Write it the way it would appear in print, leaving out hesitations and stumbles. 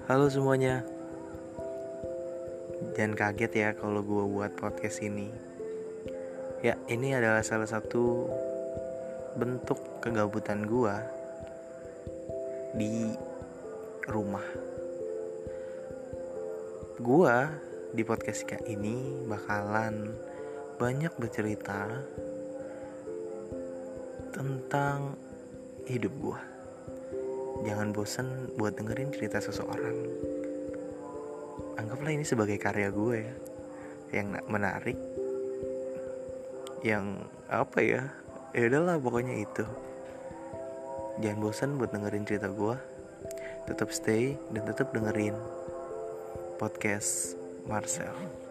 Halo semuanya. Jangan kaget ya kalau gue buat podcast ini. Ya, ini adalah salah satu bentuk kegabutan gue di rumah. Gue di podcast ini bakalan banyak bercerita tentang hidup gue. Jangan bosen buat dengerin cerita seseorang. Anggaplah ini sebagai karya gue ya, yang menarik, yang apa ya, ya udahlah pokoknya itu. Jangan bosan buat dengerin cerita gue. Tetap stay dan tetap dengerin podcast Marcel.